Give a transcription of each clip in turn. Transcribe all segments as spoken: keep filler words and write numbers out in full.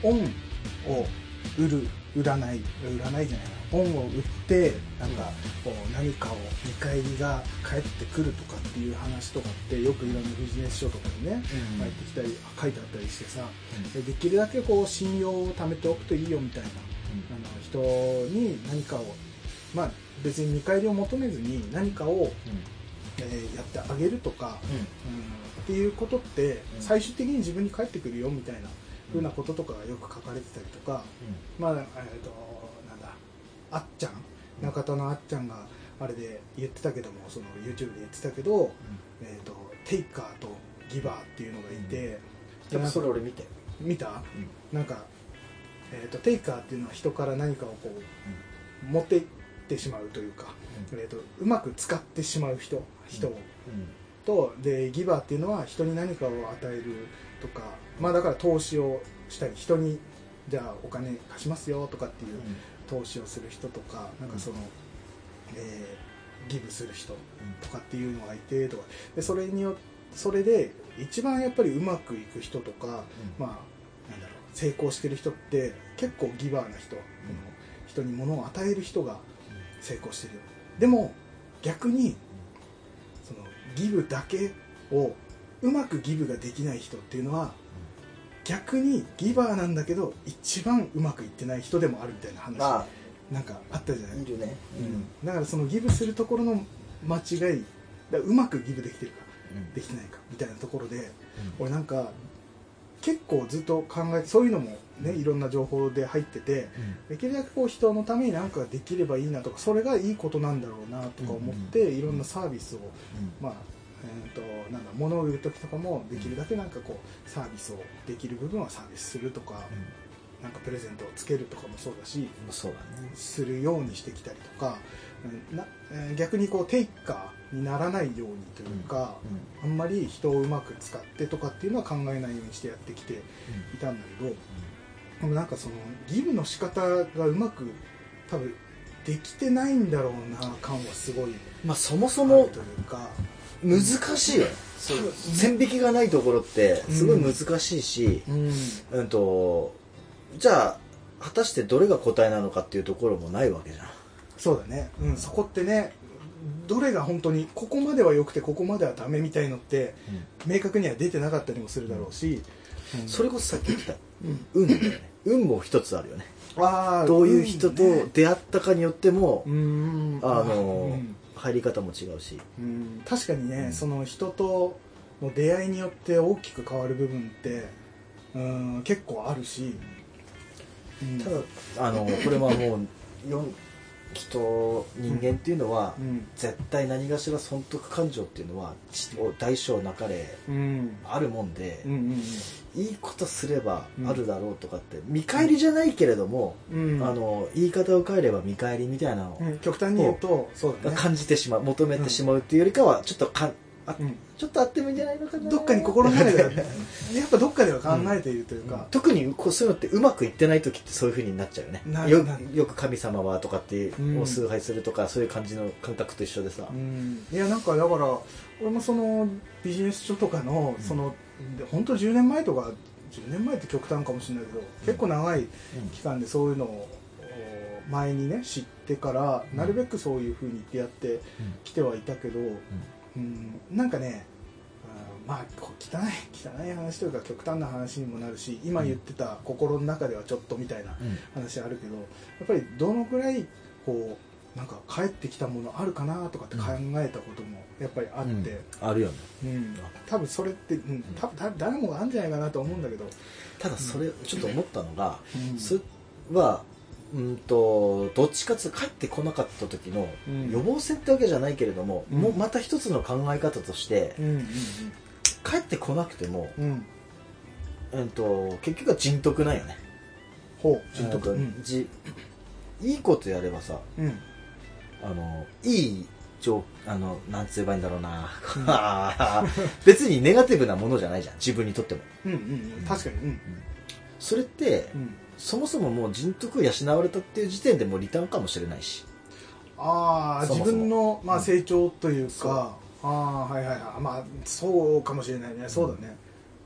恩を売る売らない売らないじゃないな恩を売ってなんかこう何かを見返りが返ってくるとかっていう話とかってよくいろんなビジネス書とかにね、うん、入ってきたり書いてあったりしてさ、うん、できるだけこう信用を貯めておくといいよみたいな、うん、あの人に何かをまあ別に見返りを求めずに何かを、うんえー、やってあげるとか、うんうん、っていうことって最終的に自分に返ってくるよみたいなふうなこととかがよく書かれてたりとか、うん、まあえっとあっちゃん中田のあっちゃんがあれで言ってたけどもその YouTube で言ってたけど、うんえー、とテイカーとギバーっていうのがいて、 うん、でもそれ俺見て見た、うん、なんか、えー、とテイカーっていうのは人から何かをこう、うん、持っていってしまうというか、うんえー、とうまく使ってしまう人人を、うんうん、とでギバーっていうのは人に何かを与えるとか、まあだから投資をしたり人にじゃあお金貸しますよとかっていう、うん投資をする人とか、なんかその、うんえー、ギブする人とかっていうのがいてとかでそれによそれで一番やっぱりうまくいく人とか、うん、まあなんだろう成功してる人って結構ギバーな人、うん、人に物を与える人が成功してるよ。でも逆にそのギブだけをうまくギブができない人っていうのは逆にギバーなんだけど一番うまくいってない人でもあるみたいな話、まあ、なんかあったじゃない。 いるね、 うん、だからそのギブするところの間違いだうまくギブできてるか、うん、できてないかみたいなところで、うん、俺なんか結構ずっと考えてそういうのもねいろんな情報で入ってて、うん、できるだけこう人のために何かできればいいなとかそれがいいことなんだろうなとか思って、うん、いろんなサービスを、うん、まあえー、となんだ物を売る時とかもできるだけなんかこうサービスをできる部分はサービスするとか、うん、なんかプレゼントをつけるとかもそうだし、 そうだね、 するようにしてきたりとかな、えー、逆にこうテイカーにならないようにというか、うんうん、あんまり人をうまく使ってとかっていうのは考えないようにしてやってきていたんだけど、うん、でもなんかそのギブの仕方がうまく多分できてないんだろうな感はすごい、 まあそもそもというか難しいよね、そう線引きがないところってすごい難しいし、うんうんうん、とじゃあ果たしてどれが答えなのかっていうところもないわけじゃん。 そうだね、うん、そこってねどれが本当にここまでは良くてここまではダメみたいのって、うん、明確には出てなかったりもするだろうし、 うん、それこそさっき言った、うん、運だよね。運も一つあるよね。あどういう人と出会ったかによっても、ね、あの、うん入り方も違うし、 うん、確かにね、うん、その人との出会いによって大きく変わる部分ってうん結構あるし、 うん、ただあのこれはもう人人間っていうのは、うん、絶対何かしら損得感情っていうのは大小なかれあるもんで、うんうんうんうん、いいことすればあるだろうとかって見返りじゃないけれども、うん、あの言い方を変えれば見返りみたいなのを、うん、 極端に言うとそうだね、 感じてしまう求めてしまうっていうよりかはちょっとかあ、うん、ちょっとあってもいいんじゃないのかな、 どっかに心の中ではやっぱどっかでは考えているというか、うん、 特にこうそういうのってうまくいってない時ってそういう風になっちゃうよね。よ, よく神様はとかってを崇拝するとか、うん、そういう感じの感覚と一緒でさ、 うん、いやなんかだから俺もそのビジネス書とかのその、うん、本当じゅうねんまえとかじゅうねんまえって極端かもしれないけど、うん、結構長い期間でそういうのを前にね知ってから、うん、なるべくそういう風に出会ってきてはいたけど、うんうん、なんかねまあこう汚い汚い話というか極端な話にもなるし今言ってた心の中ではちょっとみたいな話あるけど、やっぱりどのくらいこうなんか帰ってきたものあるかなとかって考えたこともやっぱりあって、 うん、あるよね、 うん、多分それって、うん、多分誰もがあるんじゃないかなと思うんだけど、 ただそれちょっと思ったのが、うん、それはうんとどっちかつ帰ってこなかった時の予防線ってわけじゃないけれども、うん、もうまた一つの考え方として、うんうんうん、帰ってこなくても、うんうん、と結局は人徳なんよね。 ほう人徳、うん、 じいいことやればさ、うん、あのいいあのなんて言えばいいんだろうな、うん、別にネガティブなものじゃないじゃん自分にとっても、 うんうんうん、確かに、うんうん、 それって、うんそもそももう人徳を養われたっていう時点でもうリターンかもしれないし、 ああ自分の、まあ、成長というか、うん、ああはいはいはいまあそうかもしれないね、そうだね、うん、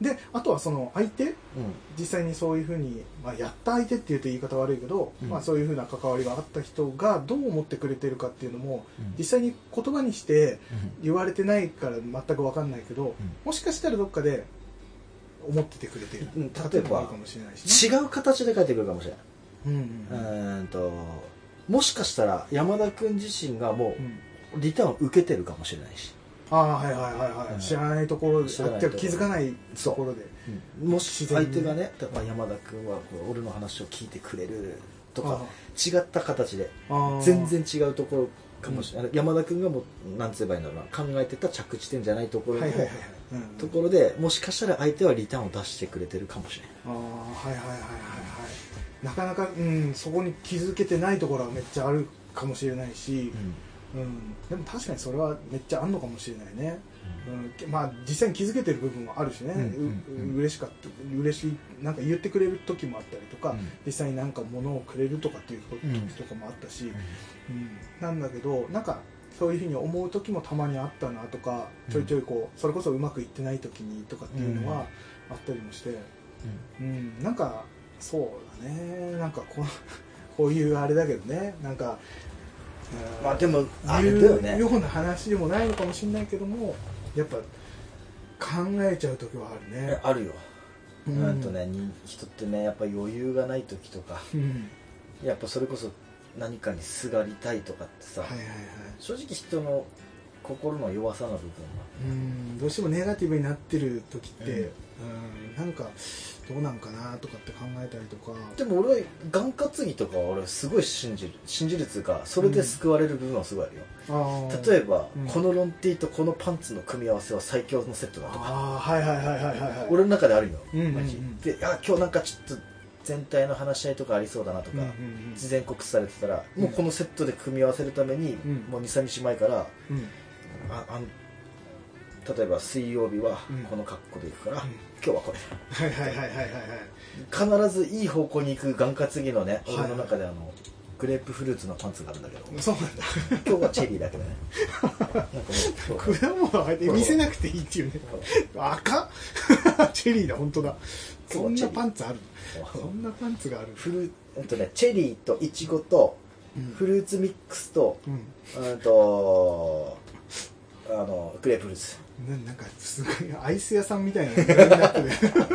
であとはその相手、 うん、 実際にそういうふうに、まあ、やった相手っていうと言い方悪いけど、うん、まあ、そういうふうな関わりがあった人がどう思ってくれてるかっていうのも、うん、実際に言葉にして言われてないから全く分かんないけど、うん、もしかしたらどっかで思っててくれてる、うん、 例えばかもしれないし、ね、違う形で書いてくるかもしれない。うんうん、うんともしかしたら山田君自身がもうリターンを受けてるかもしれないし、 ああはいはいはいはい、うん、知らないところで気づかないところで、 うん、もし相手がね、まあ、山田君はこう俺の話を聞いてくれるとか違った形で全然違うところかもしれない、うん、山田君がもうなんつえばいいんだろうな、考えてた着地点じゃないところのところでもしかしたら相手はリターンを出してくれてるかもしれない。 ああはいはいはいはいはい、なかなか、うん、そこに気づけてないところはめっちゃあるかもしれないし、うんうん、でも確かにそれはめっちゃあんのかもしれないね、うんうん、まあ実際に気づけてる部分もあるしね、うんうん、う嬉しかった嬉しいなんか言ってくれる時もあったりとか、うん、実際になんか物をくれるとかっていう時とかもあったし、うんうん、なんだけどなんかそういうふうに思う時もたまにあったなとか、ちょいちょいこうそれこそうまくいってない時にとかっていうのはあったりもして、うんうん、なんかそうだね、なんかこう、こういうあれだけどね、なんかまあでもあれだよね、ような話でもないのかもしれないけども、やっぱ考えちゃう時はあるね。 あるよ。うん、なんとね、人ってねやっぱ余裕がない時とか、うん、やっぱそれこそ何かにすがりたいとかってさ、はいはいはい、正直人の心の弱さの部分はうんどうしてもネガティブになってる時って、うん、うんなんかどうなんかなとかって考えたりとか。 でも俺は眼担ぎとかは俺すごい信じる信じるっていうか、それで救われる部分はすごいあるよ、うん、例えば、うん、このロンティーとこのパンツの組み合わせは最強のセットだとか、 あはいはいはいはいはい、はい、 俺の中であるよ、うんうんうん、であ今日なんかちょっと全体の話し合いとかありそうだなとか、うんうんうん、事前告知されてたら、うん、もうこのセットで組み合わせるために、うん、もう にさんにちまえから、うん、ああ例えば水曜日はこの格好で行くから、うん、今日はこれはいはいはいはいはい必ずいい方向に行く眼担ぎのね、はい、俺の中であのグレープフルーツのパンツがあるんだけど、 そうなんだ今日はチェリーだけどねなんかもう果物は見せなくていいっていうね赤っチェリーだ本当だ、そんなパンツあるそんなパンツがあるフル、えっとね、チェリーとイチゴとフルーツミックスと、うん、うんとあのグレープフルーツな, なんかすごいアイス屋さんみたいなラインナップで、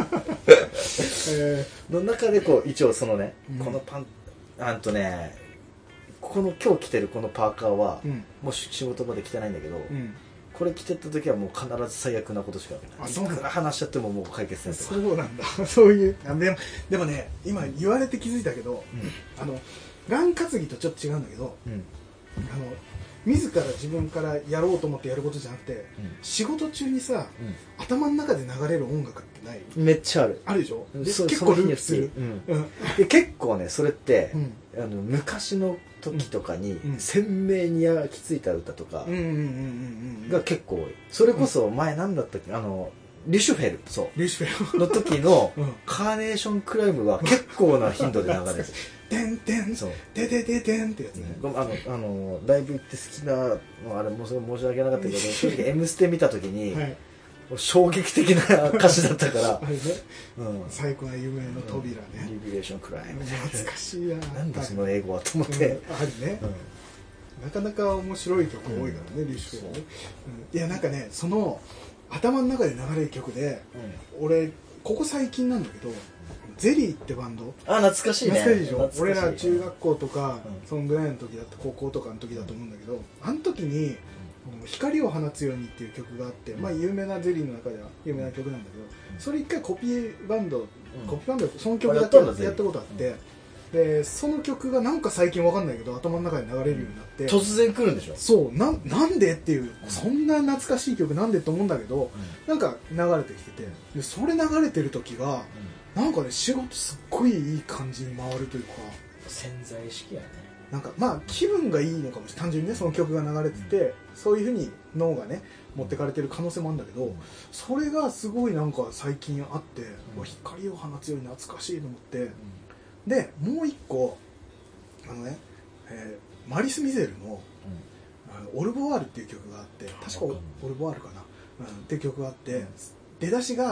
えー、の中でこう一応そのね、うん、このパンあんとねこの今日着てるこのパーカーは、うん、もう仕事場で着てないんだけど、うん、これ着てった時はもう必ず最悪なことしかない。あそうなんだ、いくら話しちゃってももう解決せんとか。 そうなんだそういうあでもでもね今言われて気づいたけど、うん、あの眼担ぎとちょっと違うんだけど、うん、あの自ら自分からやろうと思ってやることじゃなくて、うん、仕事中にさ、うん、頭の中で流れる音楽ってない？ めっちゃある。 あるでしょ？で結構ループする、 うんうん、で結構ねそれって、うん、あの昔の時とかに鮮明に焼き付いた歌とかが結構多い。それこそ前なんだったっけ、あのリュシュフェルそうリュシュフェルの時のカーネーションクライムは結構な頻度で流れるてんてんそうててててんってやつね、 あのあのライブ行って好きなのあれもうすごい申し訳なかったけど正直「エムステ」見た時に、はい、衝撃的な歌詞だったからあれね、うん、最高な夢の扉ね、 うん、リビレーションクライム懐かしいななんだその英語はと思って、 うん、あるね、うん、なかなか面白い曲多いからね、うん、リュシュフェルね、うん、いやなんかねその頭の中で流れる曲で、うん、俺ここ最近なんだけどゼリーってバンドあ懐かしいね懐かしいでしょ。俺ら中学校とか、うん、そんぐらいの時だった高校とかの時だと思うんだけど、あの時に、うん、光を放つようにっていう曲があって、うん、まあ有名なゼリーの中では有名な曲なんだけど、うん、それ一回コピーバンド、うん、コピーバンドその曲だけやったことあって、うんでその曲がなんか最近わかんないけど頭の中に流れるようになって、 突然来るんでしょ。 そうな、なんでっていう、そんな懐かしい曲なんでと思うんだけど、うん、なんか流れてきててでそれ流れてる時が、うん、なんかね仕事すっごいいい感じに回るというか潜在意識やね。 なんかまあ気分がいいのかもしれない単純にねその曲が流れてて、うん、そういう風に脳がね持ってかれてる可能性もあるんだけど、うん、それがすごいなんか最近あって、うん、光を放つように懐かしいと思って、うんでもう一個あのね、えー、マリス・ミゼルの、うん、あのオルボワールっていう曲があって確かオルボワールかな、うん、っていう曲があって、うん、出だしが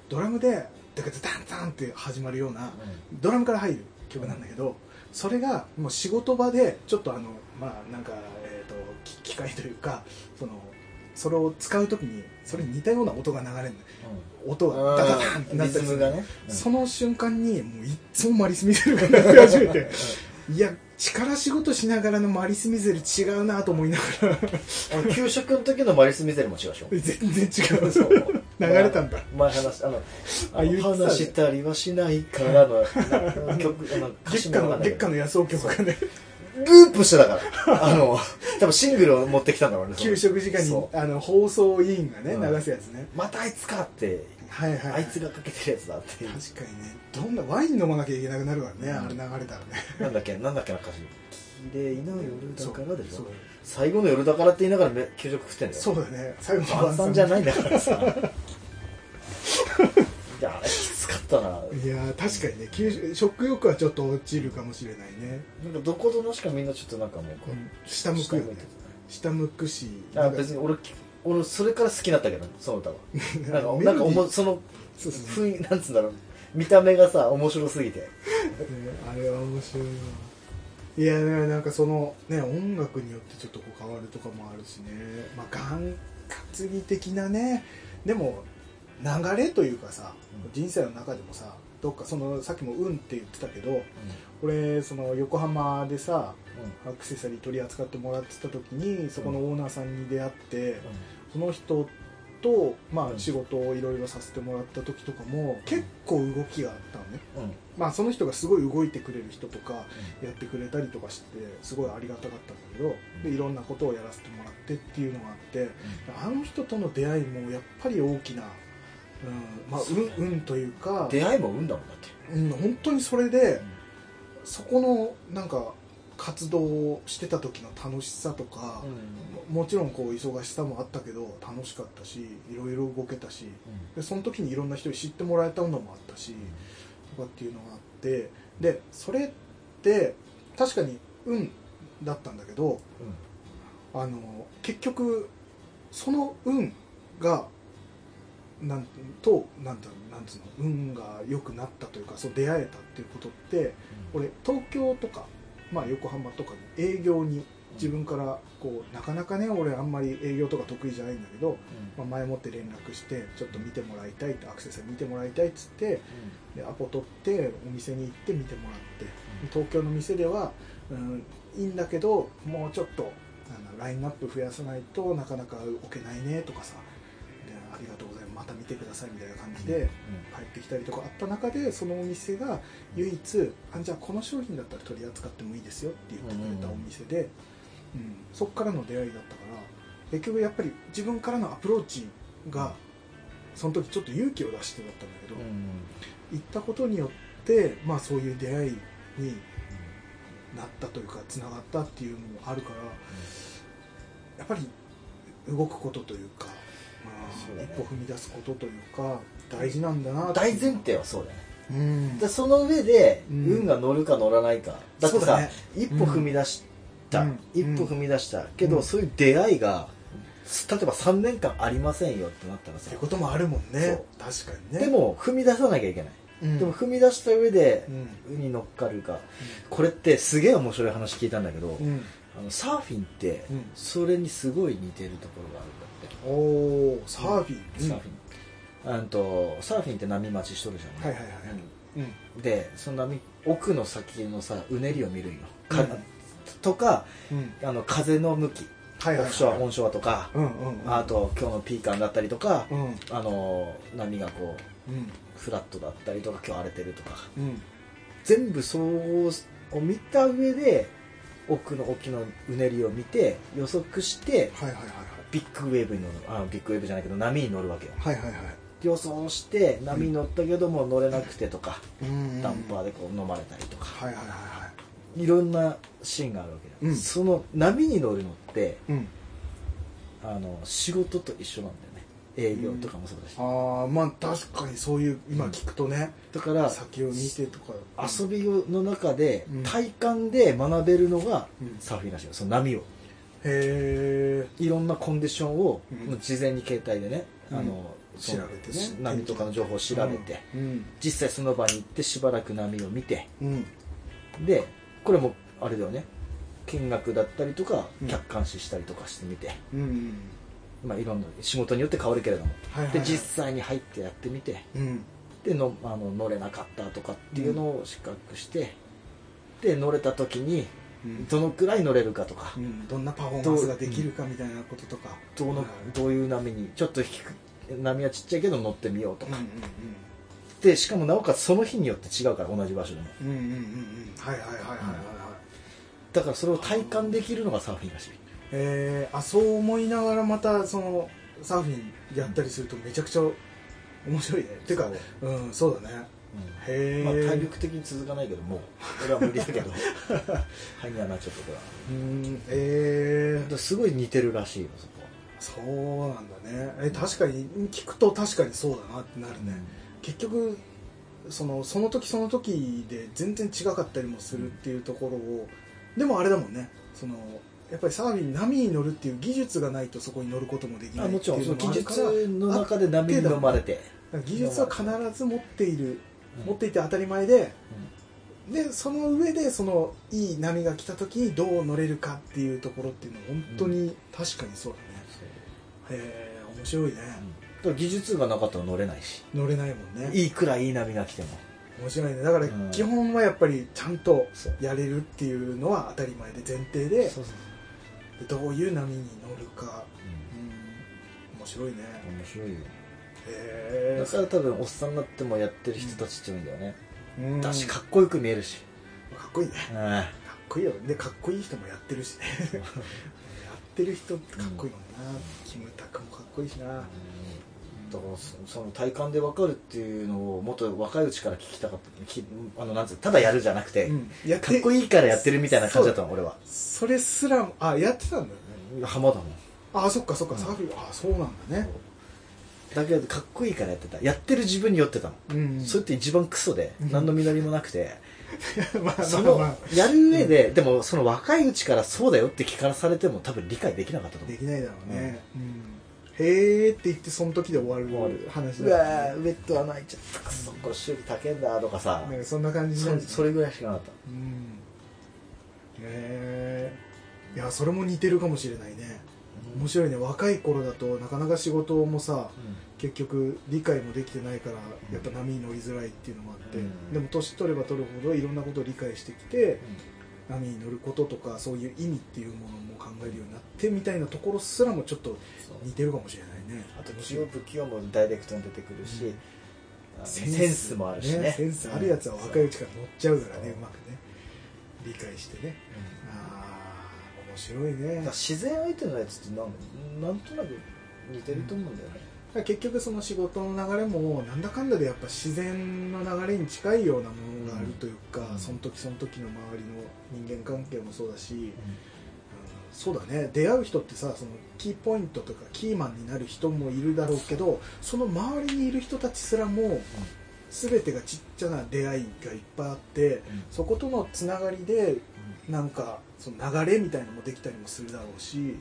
ドラムでダカダダンダンって始まるような、うん、ドラムから入る曲なんだけど、うん、それがもう仕事場でちょっとあのまあなんか、えー、と機械というかそのそれを使うときにそれに似たような音が流れるんだよ、うん、音がダダダンってなったりする、ねうん、その瞬間にもういっつもマリス・ミゼルが鳴り始めていや力仕事しながらのマリス・ミゼル違うなと思いながらあの給食の時のマリス・ミゼルも違うでしょ全然違うそう流れたんだ前話あのあの話したりはしないからの曲あの月下の月下の野草曲がねループしてたからあの多分シングルを持ってきたんだろうね給食時間にあの放送委員がね、うん、流すやつねまたあいつかって、はいはいはい、あいつがかけてるやつだっていう確かにねどんなワイン飲まなきゃいけなくなるからね、うん、あれ流れたらねなんだっけなんだっけな歌詞綺麗な夜だからでしょ最後の夜だからって言いながら給食食ってんだよそうだね最後の晩餐じゃないんだからさいやあれきつかったないや確かにね給食欲はちょっと落ちるかもしれないねなんかどこぞのしかみんなちょっとなんかもうこう、うん、 下向くよね下向くしあ別に俺俺それから好きになったけどその歌はなんかなんかおもその雰囲なんつうんだろう見た目がさ面白すぎて、ね、 あれは面白いわいやなんかそのね音楽によってちょっとこう変わるとかもあるしねまあ眼担ぎ的なねでも流れというかさ、うん、人生の中でもさどっかそのさっきも運って言ってたけど、うん、俺その横浜でさ、うん、アクセサリー取り扱ってもらってた時にそこのオーナーさんに出会って、うん、その人と、まあ、仕事をいろいろさせてもらった時とかも結構動きがあったのね、うんまあ、その人がすごい動いてくれる人とかやってくれたりとかしてすごいありがたかったんだけどでいろんなことをやらせてもらってっていうのがあってあの人との出会いもやっぱり大きな、うんまあ、運, 運というか出会いも運だもんだって、 うん、本当にそれで、うん、そこのなんか活動をしてた時の楽しさとか、うん、もちろんこう忙しさもあったけど楽しかったしいろいろ動けたし、うん、でその時にいろんな人に知ってもらえたのもあったし、うん、とかっていうのがあってでそれって確かに運だったんだけど、うん、あの結局その運がなんとなんだなんつうの運が良くなったというかそう出会えたっていうことって、うん、俺東京とかまあ、横浜とかに営業に自分からこうなかなかね俺あんまり営業とか得意じゃないんだけど、うんまあ、前もって連絡してちょっと見てもらいたいってアクセサリー見てもらいたいっつって、うん、でアポ取ってお店に行って見てもらって、うん、東京の店では、うん、いいんだけどもうちょっとラインナップ増やさないとなかなか置けないねとかさでありがとうございますまた見てくださいみたいな感じで帰ってきたりとかあった中でそのお店が唯一あじゃあこの商品だったら取り扱ってもいいですよって言ってくれたお店で、うん、そっからの出会いだったから結局やっぱり自分からのアプローチがその時ちょっと勇気を出してだったんだけど、行ったことによってまあそういう出会いになったというかつながったっていうのもあるからやっぱり動くことというかまあ、一歩踏み出すことというか大事なんだな大前提はそうだよね、うん、でその上で運が乗るか乗らないか、うん、だってさ、ね、一歩踏み出した、うん、一歩踏み出したけど、うん、そういう出会いが例えばさんねんかんありませんよってなったらさってこともあるもんね確かにねでも踏み出さなきゃいけない、うん、でも踏み出した上で運に乗っかるか、うん、これってすげえ面白い話聞いたんだけど、うん、あのサーフィンってそれにすごい似てるところがあるんだおーサーフィン、 うん、サーフィン、うん、とサーフィンって波待ちしとるじゃん、はいはいはい、うん、でその波奥の先のさうねりを見るんよ、うん、とか、うん、あの風の向き、はいはいはい、オフショアオンショアとか、うんうんうん、あと今日のピーカンだったりとか、うん、あの波がこう、うん、フラットだったりとか今日荒れてるとか、うん、全部そうを見た上で奥の沖のうねりを見て予測して、はいはいはいはい、ビッグウェーブに乗るあビッグウェーブじゃないけど波に乗るわけよ、はいはいはい、予想して波に乗ったけども乗れなくてとか、うん、ダンパーでこう飲まれたりとか、はいはいはいはい、いろんなシーンがあるわけだ、うん、その波に乗るのって、うん、あの仕事と一緒なんだよね営業とかもそうだし、 うん、ああまあ確かにそういう今聞くとね、 うん、だから先を見てとか、 遊びの中で体感で学べるのがサーフィンらしいよその波をへいろんなコンディションを事前に携帯でね、うん、あの調べてね、 波とかの情報を調べて、 うんうん、 実際その場に行ってしばらく波を見て、 うん、 でこれもあれだよね、見学だったりとか、 うん、 客観視したりとかしてみて、 うんうん、 まあ、いろんな仕事によって変わるけれども、 はいはいはい、 で実際に入ってやってみて、 うん、 でのあの乗れなかったとかっていうのを比較して、うん、で乗れた時にどのくらい乗れるかとか、 うん、どんなパフォーマンスができるかみたいなこととか、 どうのどういう波にちょっと低く波はちっちゃいけど乗ってみようとか、うんうんうん、でしかもなおかつその日によって違うから同じ場所でも、 うんうんうんうん、はいはいはいはいはい、うん、 だからそれを体感できるのがサーフィンらしい。 えー、あそう思いながらまたそのサーフィンやったりするとめちゃくちゃ面白いね、うん、てかうんそうだね、 うん、へえ、まあ、体力的に続かないけどもう俺は無理だけどはいにはなっちゃったから、うんえー、すごい似てるらしいよそこは。 そうなんだね。え確かに聞くと確かにそうだなってなるね、うん、結局そのその時その時で全然違かったりもするっていうところを、うん、でもあれだもんね、そのやっぱりサーフィン波に乗るっていう技術がないとそこに乗ることもできないっていうのもあるから、 もちろんその技術の中で波に飲まれて技術は必ず持っている、うん、持っていて当たり前で、うん、でその上でそのいい波が来た時にどう乗れるかっていうところっていうのは本当に確かにそうだね、うん、へえ面白いね、 うん、技術がなかったら乗れないし乗れないもんね、 いいくらいいい波が来ても面白いね。だから基本はやっぱりちゃんとやれるっていうのは当たり前で前提で、そうそうどういう波に乗るか、うん、面白いね。 面白いよ。 へだから多分おっさんになってもやってる人たちって多いんだよね、うん、だしかっこよく見えるし、 かっこいいね、うん、かっこいいよ。でかっこいい人もやってるしねやってる人ってかっこいいもんな、うん、キムタクもかっこいいしな、うん、だからその体感で分かるっていうのをもっと若いうちから聞きたかったあのなんつうただやるじゃなくて、うん、やかっこいいからやってるみたいな感じだったの俺は。 それすらあやってたんだよね。浜田もあそっかそっか、うん、サーフィンあそうなんだね。 だけどかっこいいからやってた、やってる自分に酔ってたの、うんうん、それって一番クソで、うん、何の実りもなくてまあその、まあまあ、やる上で、うん、でもその若いうちからそうだよって聞かされても多分理解できなかったと思う。 できないだろうね、うんうんへーって言ってその時で終わる話だ、ね、うわーウェットは泣いちゃったくそこれ修理高えんだとかさ、 ね、そんな感じになる、 それぐらいしかなかった、うん、 へーいやそれも似てるかもしれないね、うん、面白いね。若い頃だとなかなか仕事もさ、うん、結局理解もできてないからやっぱ波に乗りづらいっていうのもあって、うん、でも年取れば取るほどいろんなことを理解してきて、うん波に乗ることとかそういう意味っていうものも考えるようになってみたいなところすらもちょっと似てるかもしれないね。 あと器用不器用もダイレクトに出てくるし、うん、センス、センスもあるしね、ねセンスあるやつは若いうちから乗っちゃうからね、うまくね理解してね、うん、ああ面白いね。 自然相手のやつってなんなんとなく似てると思うんだよね、 うん、結局その仕事の流れもなんだかんだでやっぱ自然の流れに近いようなものがあるというか、うん、その時その時の周りの人間関係もそうだし、うんうん、そうだね出会う人ってさそのキーポイントとかキーマンになる人もいるだろうけどその周りにいる人たちすらも、うん、全てがちっちゃな出会いがいっぱいあって、うん、そことのつながりで、うん、なんかその流れみたいなのもできたりもするだろうし、うんうん、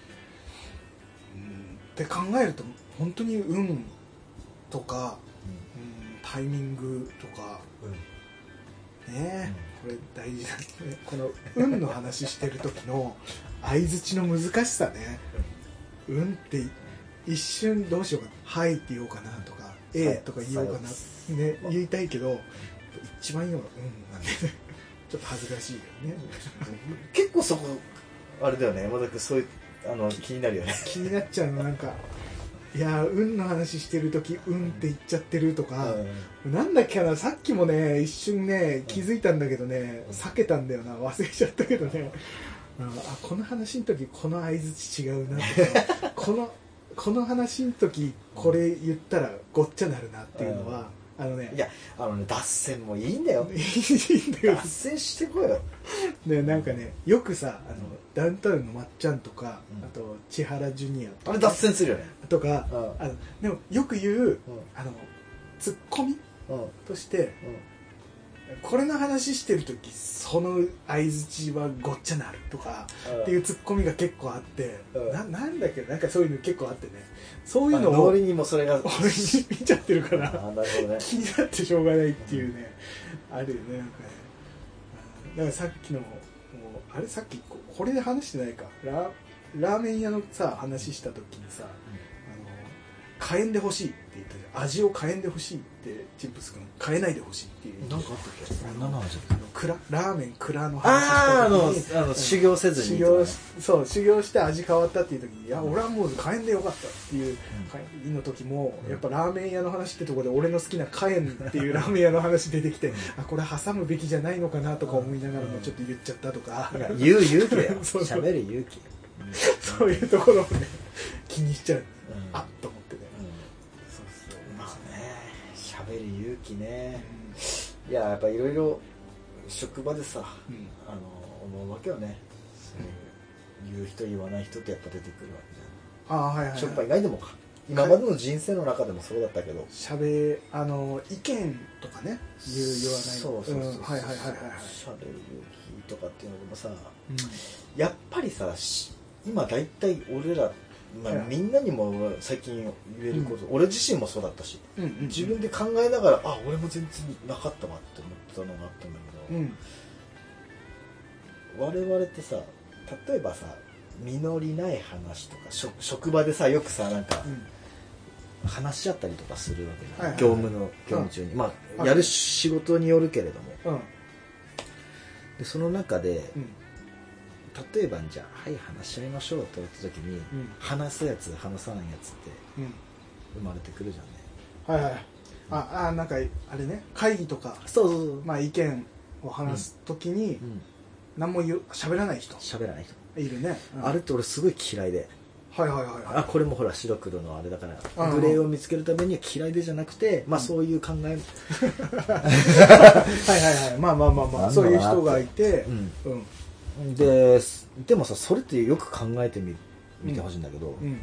って考えると本当に運とか、うんうん、タイミングとか、うん、ねえ、うん、これ大事だね。この運の話してる時の相槌の難しさね。運って一瞬どうしようかな、はいって言おうかなとか、ええとか言おうかな、ね、言いたいけど一番いいのが運なんでちょっと恥ずかしいよね結構そこあれだよね山田君、そういうあの気になるよね気になっちゃうの。なんかいや運の話してる時運って言っちゃってるとか、うん、なんだっけかな、さっきもね一瞬ね気づいたんだけどね、うん、避けたんだよな、忘れちゃったけどね、うん、あこの話の時この相槌違うなとかこのこの話の時これ言ったらごっちゃなるなっていうのは、うん、あのねいやあのね脱線もいいんだよいいんだよ脱線してこいよね、なんかねよくさあのダウンタウンのまっちゃんとか、うん、あと千原ジュニアとかあれ脱線するよねとか、うん、あのでもよく言う、うん、あのツッコミ、うん、として、 これの話してる時その相槌はごっちゃなるとかっていうツッコミが結構あって、うん、な, なんだっけなんかそういうの結構あってね、そういうのを俺にもそれが俺に見ちゃってるからあなるほど、ね、 気になってしょうがないっていうね、うん、あるよね。なんかね、だからさっきのもうあれさっきこれで話してないか、ララーメン屋のさ話した時にさ、うん、あの変えんでほしいって言ったじゃん。味を変えんでほしいってチップス君変えないでほしいっていう。 なんかあったっけ？何の話？ クララーメンクラの話した時に、 ああの、あの修行せずに、 修行そう修行して味変わったっていう時に、いや俺はもう変えんでよかったっていう会の時も、やっぱラーメン屋の話ってところで俺の好きなカエンっていうラーメン屋の話出てきて、あこれ挟むべきじゃないのかなとか思いながらもちょっと言っちゃったとか、 言う勇気だよ。喋る勇気。 そういうところをね気にしちゃう、うん、あっと思ってね、うん、 そうそう、まあね、喋る勇気ね、うん、いややっぱいろいろ職場でさ、うん、あの思うわけよね、そういう言う人言わない人ってやっぱ出てくるわけじゃん。ああ、はいはいはい、職場以外でもか、今までの人生の中でもそうだったけど、 喋あの意見とかね言う言わない、 そうそうそうそう、うん、 はいはいはいはい、 喋る勇気とかっていうのでもさ、うん、やっぱりさ今大体俺ら、まあ、みんなにも最近言えること、うん、俺自身もそうだったし、うんうんうん、自分で考えながらあ俺も全然なかったわって思ったのがあったんだけど、うん、我々ってさ例えばさ実りない話とか 職, 職場でさよくさなんか、うん、話し合ったりとかするわけじゃない、はいはい、業務の業務中に、うん、まあやる仕事によるけれども、うん、でその中で、うん、例えばじゃあはい話し合いましょうって言った時に、うん、話すやつ話さないやつって生まれてくるじゃんね、はいはい、 ああなんかあれね会議とかそうそうそう、 まあ、意見を話す時に、うん、何も言う喋らない人喋らない人いるね、 うん、あれって俺すごい嫌いで、 はいはいはい、はい、 あこれもほら白黒のあれだからグレーを見つけるためには嫌いでじゃなくて、うん、まあそういう考えはいはいはいまあまあまあまあそういう人がいて、うんうん、ででもさそれってよく考えてみ見てほしいんだけど、うんうん、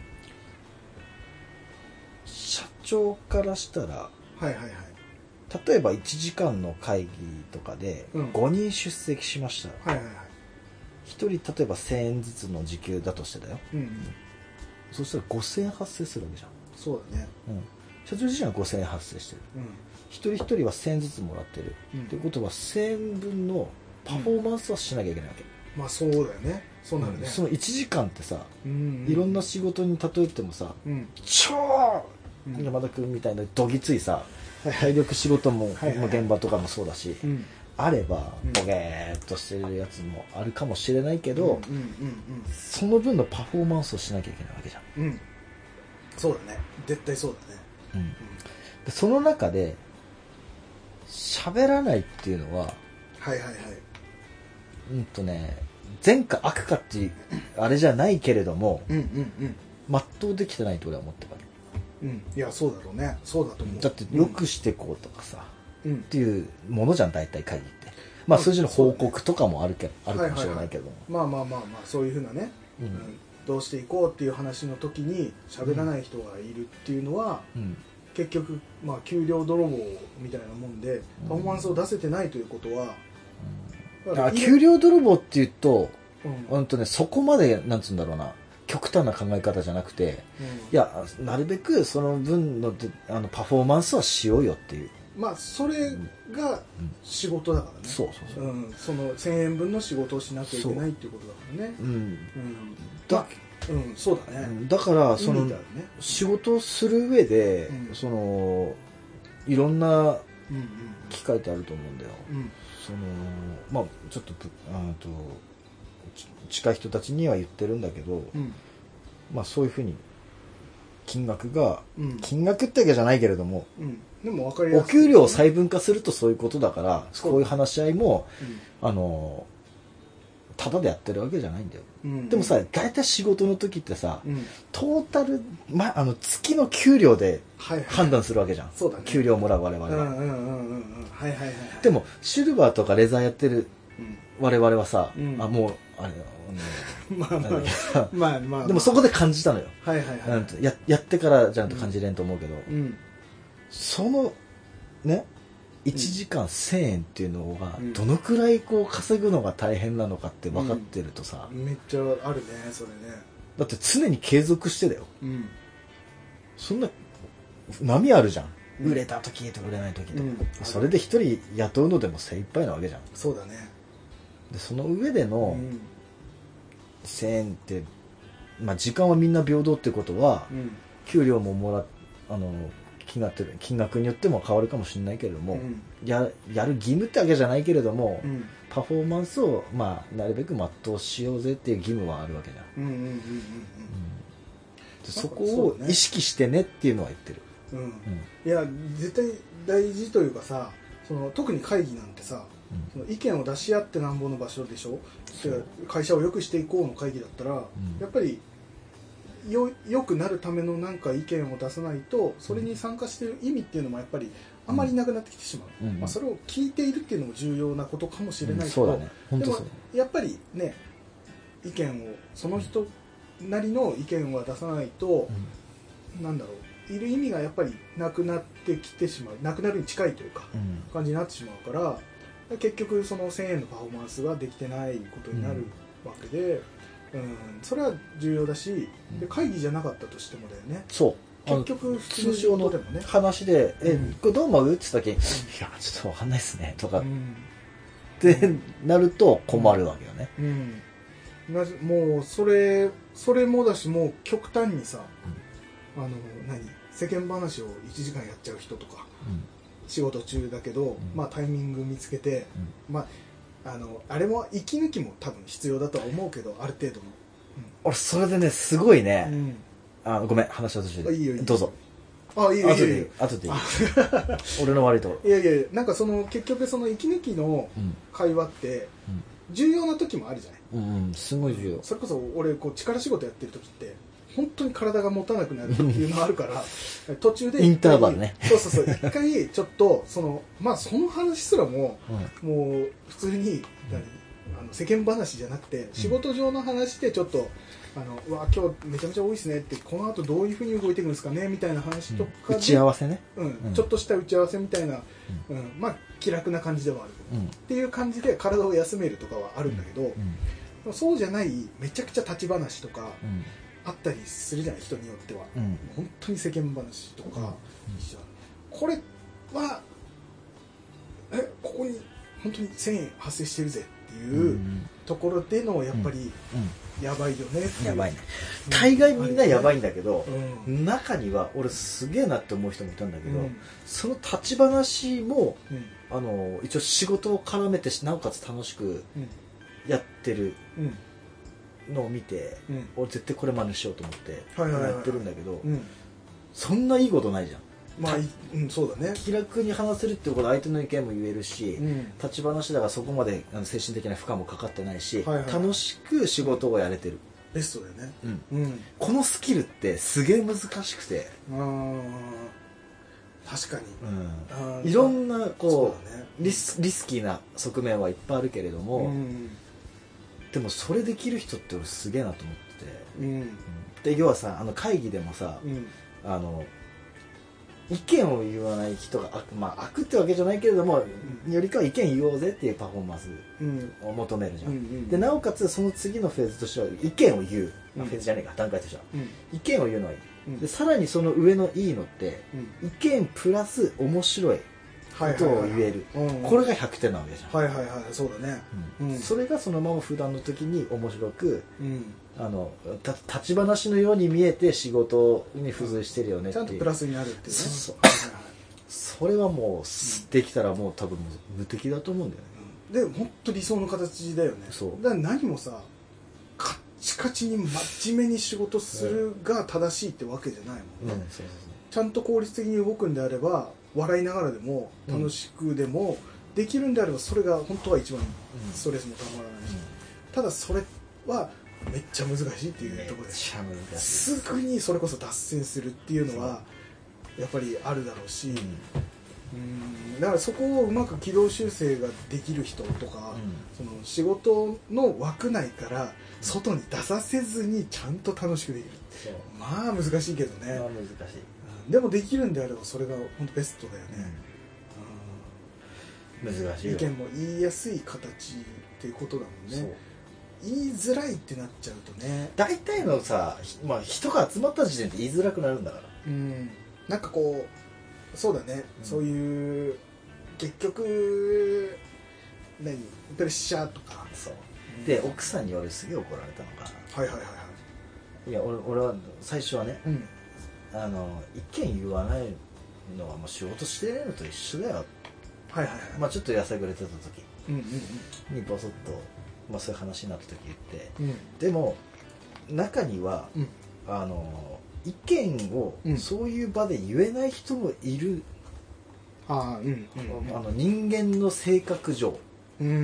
社長からしたら、はいはいはい、例えばいちじかんの会議とかでごにん出席しました、うんはいはいはい、ひとり例えばせんえんずつの時給だとしてだよ、うんうん、そしたらごせんえん発生するわけじゃん。 そうだね、 うん、社長自身はごせんえん発生してる、うん、一人一人はせんえんずつもらってる、うん、っていうことはせんえんぶんのパフォーマンスはしなきゃいけないわけ、 うん、まあそうだよね、そうなるね、うん、 そのいちじかんってさ、うんうん、いろんな仕事に例えてもさ、うん、超山田君みたいなどぎついさ、うん、体力仕事も、はいはい、現場とかもそうだし、うん、あればボゲーっとしてるやつもあるかもしれないけど、うんうんうんうん、その分のパフォーマンスをしなきゃいけないわけじゃん、うん、 そうだね、絶対そうだね、うんうん、 でその中で喋らないっていうのははいはいはい、 うんとね善か悪かっていうあれじゃないけれども、うんうんうん、全うできてないと俺は思ってるわけ、 うん、いやそうだろうね、そうだと思う。 だってよくしてこうとかさ、うん、っていうものじゃん大体会議って。まあ数字の報告とかもあるけ、ね、あるかもしれないけど、はいはいはい、まあまあまあまあそういうふうなね、うんうん、どうしていこうっていう話の時に喋らない人がいるっていうのは、うん、結局まあ給料泥棒みたいなもんでパフォーマンスを出せてないということは、 うん、あ給料泥棒っていうと、うんうんとね、そこまでなんつうんだろうな極端な考え方じゃなくて、うん、いやなるべくその分のあのパフォーマンスはしようよっていう、まあそれが仕事だからね、うん、そうそうそう、うん、そのせんえんぶんの仕事をしなきゃいけないっていうことだからね、うんうん、だうん、そうだね、 だからその、ね、仕事をする上で、うん、そのいろんな機会ってあると思うんだよ、うん、そのまあちょっとあと近い人たちには言ってるんだけど、うん、まあそういうふうに金額が、うん、金額ってわけじゃないけれども、うん、でも分かりやすい、お給料を細分化するとそういうことだから、こういう話し合いも、うん、あのただでやってるわけじゃないんだよ、うん、でもさ大体仕事の時ってさ、うん、トータル、ま、あの月の給料で判断するわけじゃん、はいはい、給料をもらう我々は、でもシルバーとかレザーやってる我々はさ、うん、あもうあれまあまあまあまあでもそこで感じたのよ、はいはいはい、や, やってからじゃんと感じれんと思うけど、うん、そのねいちじかんせんえんっていうのがどのくらいこう稼ぐのが大変なのかって分かってるとさ、 うん、めっちゃあるねそれね。 だって常に継続してだよ、 うん、 そんな波あるじゃん、売れた時と売れない時と、うん、それで一人雇うのでも精一杯なわけじゃん。 そうだね。 でその上でのせんえんって、まあ、時間はみんな平等ってことは、うん、給料ももらあの金額金額によっても変わるかもしれないけれども、うん、や, やる義務ってわけじゃないけれども、うん、パフォーマンスを、まあ、なるべく全うしようぜっていう義務はあるわけじゃん。そこを意識してねっていうのは言ってる。 うんうん、いや絶対大事というかさ、その特に会議なんてさ、うん、その意見を出し合ってなんぼの場所でしょ。会社を良くしていこうの会議だったら、うん、やっぱりよ良くなるためのなんか意見を出さないと、それに参加している意味っていうのもやっぱりあまりなくなってきてしまう、うんまあ、それを聞いているっていうのも重要なことかもしれないけど、うんね、でもやっぱりね、意見をその人なりの意見は出さないと、うん、なんだろう、いる意味がやっぱりなくなってきてしまう、なくなるに近いというか、うん、感じになってしまうから、結局そのせんえんのパフォーマンスができてないことになるわけで、うん、それは重要だし、で会議じゃなかったとしてもだよね。 そう結局普通の仕事でもね、 話で「え、うん、これどう思う?」って言った時に「いやちょっと分かんないっすね」とか、うん、ってなると困るわけよね、 うんうん、もうそれそれもだし、もう極端にさ、うん、あの何世間話をいちじかんやっちゃう人とか、うん、仕事中だけど、うんまあ、タイミング見つけて、うんまあ、あのあれも息抜きも多分必要だとは思うけど、ある程度の、うん、 俺それでねすごいね、うんあごめん話の途中でいいよいいよどうぞ。 あいいよいいよいいよ後でいい俺の悪いと。 いやいやいや、なんかその結局その息抜きの会話って重要な時もあるじゃない、 うんうん、すごい重要。 それこそ俺こう力仕事やってる時って本当に体が持たなくなるっていうのがあるから途中でインターバルね。 そうそうそう一回ちょっとそのまあその話すらも、うん、もう普通に、うん、あの世間話じゃなくて仕事上の話でちょっとあのうわ今日めちゃめちゃ多いですねって、この後どういうふうに動いていくんですかねみたいな話とかで、 うん、打ち合わせね、 うんうん、ちょっとした打ち合わせみたいな、うんうん、まあ気楽な感じではある、うん、っていう感じで体を休めるとかはあるんだけど、うんうん、そうじゃないめちゃくちゃ立ち話とか、うんあったりするじゃない人によっては、うん、本当に世間話とか、うん、これはえここに本当にせんえん発生してるぜっていうところでのやっぱりやばいよね、 やばいね、大概みんなやばいんだけど、うん、中には俺すげえなって思う人もいたんだけど、うん、その立ち話も、うん、あの一応仕事を絡めてなおかつ楽しくやってる、うんのを見て、うん、俺絶対これ真似しようと思ってやってるんだけど、そんないいことないじゃん。 まあ、うん、そうだね。 気楽に話せるってことは相手の意見も言えるし、うん、立ち話だからそこまで精神的な負荷もかかってないし、はいはいはい、楽しく仕事をやれてる。 ベストだよね、 うんうん、このスキルってすげえ難しくて、 あ確かに、うん、いろんなこう、ね、リス、リスキーな側面はいっぱいあるけれども、うんでもそれできる人って俺すげえなと思ってて、うんうん、で要はさあの会議でもさ、うん、あの意見を言わない人が悪、まあ、悪ってわけじゃないけれども、うん、よりかは意見言おうぜっていうパフォーマンスを求めるじゃん、うんうん、でなおかつその次のフェーズとしては意見を言う、まあ、フェーズじゃねえか段階としては、うん、意見を言うのはいい、うん、でさらにその上のいいのって、うん、意見プラス面白いことを言える、これがひゃくてんなわけじゃん。 はいはいはいそうだね、 うんうん、それがそのまま普段の時に面白く、うん、あのた立ち話のように見えて仕事に付随してるよねっていう、 ちゃんとプラスになるっていうね。 そうそう、はいはいはい、それはもうできたらもう多分無敵だと思うんだよね、 うん、で本当理想の形だよね。そうだから何もさカッチカチに真面目に仕事するが正しいってわけじゃないもんね、うん、そうそうそう、ちゃんと効率的に動くんであれば笑いながらでも楽しくでもできるんであればそれが本当は一番ストレスもたまらないし、うん、ただそれはめっちゃ難しいっていうところですぐにそれこそ脱線するっていうのはやっぱりあるだろうし、うん、うんだからそこをうまく軌道修正ができる人とか、うん、その仕事の枠内から外に出させずにちゃんと楽しくできる、まあ難しいけどね、 まあ難しい、 でもできるんであればそれが本当ベストだよね、 難しいよ。 意見も言いやすい形っていうことだもんね。言いづらいってなっちゃうとね、 大体のさ、まあ、人が集まった時点で言いづらくなるんだから。 うん、なんかこうそうだね、うん、そういう結局何プレッシャーとか。 そうで、奥さんに俺すげえ怒られたのが、 はいはいはいはい、 いや 俺, 俺は最初はね、うん、あの意見言わないのはもう仕事してるのと一緒だよ、 はいはいはい、 まあ、ちょっとやさぐれてた時にボソッと、まあ、そういう話になった時言って、うん、でも中には、うん、あの意見をそういう場で言えない人もいる、うん、 あ、うんうんうん、 あの人間の性格上、 うんうん、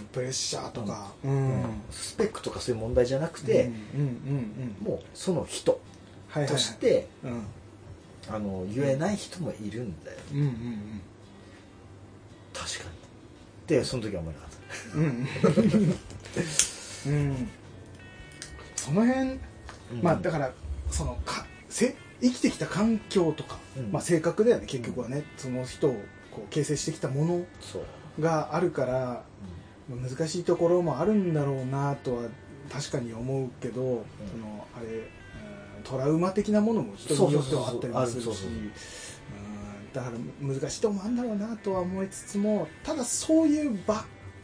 プレッシャーとか、うんうん、 スペックとかそういう問題じゃなくて、うんうんうんうん、もうその人として、はいはいはい、うん、あの言えない人もいるんだよ、うんうんうん、確かにでその時は思いなかった、 うんうん、その辺、うん、まあだからそのかせ生きてきた環境とか、うん、まあ、性格だよね結局はね、うん、その人をこう形成してきたものがあるから、うん、難しいところもあるんだろうなとは確かに思うけど、うん、そのあれ、うん、トラウマ的なものも人によってはあったりもするし、だから難しいところもあるんだろうなとは思いつつも、ただそういう場、うん、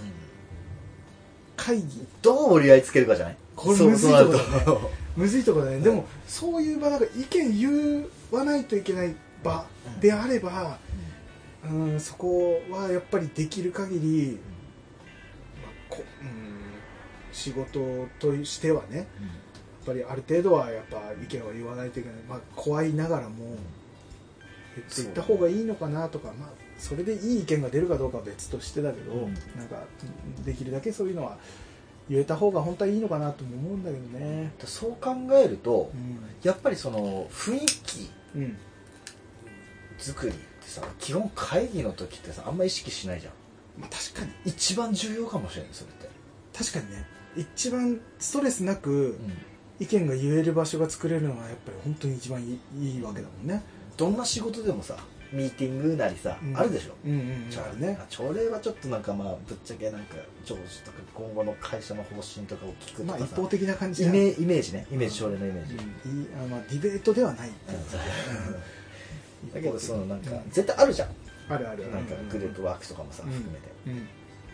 会議どう折り合いつけるかじゃない？ これむずいところだね。むずいところだね。でもそういう場だから意見言わないといけない場であれば、うんうん、そこはやっぱりできる限り、まあこうん、仕事としてはね、うん、やっぱりある程度はやっぱ意見は言わないといけない。まあ、怖いながらも言っていった方がいいのかなとか、まあそれでいい意見が出るかどうかは別としてだけど、うん、なんかできるだけそういうのは言えた方が本当はいいのかなとも思うんだけどね。 そう考えると、うん、やっぱりその雰囲気作りってさ、基本会議の時ってさあんま意識しないじゃん。 まあ確かに一番重要かもしれないそれって。 確かにね、一番ストレスなく意見が言える場所が作れるのはやっぱり本当に一番いい、いいわけだもんね。 どんな仕事でもさ、ミーティングなりさ、うん、あるでしょ、うんうんうん、ね、朝礼はちょっとなんかまあぶっちゃけなんか上司とか今後の会社の方針とかを聞くとかさ、 まあ、一方的な感じイメイメージね、イメージ、朝礼のイメージ、 うん、あのディベートではないっていう、 うん、だけどそのなんか、うん、絶対あるじゃん、 あるある、 なんかグループワークとかもさ、うん、含めて、うん、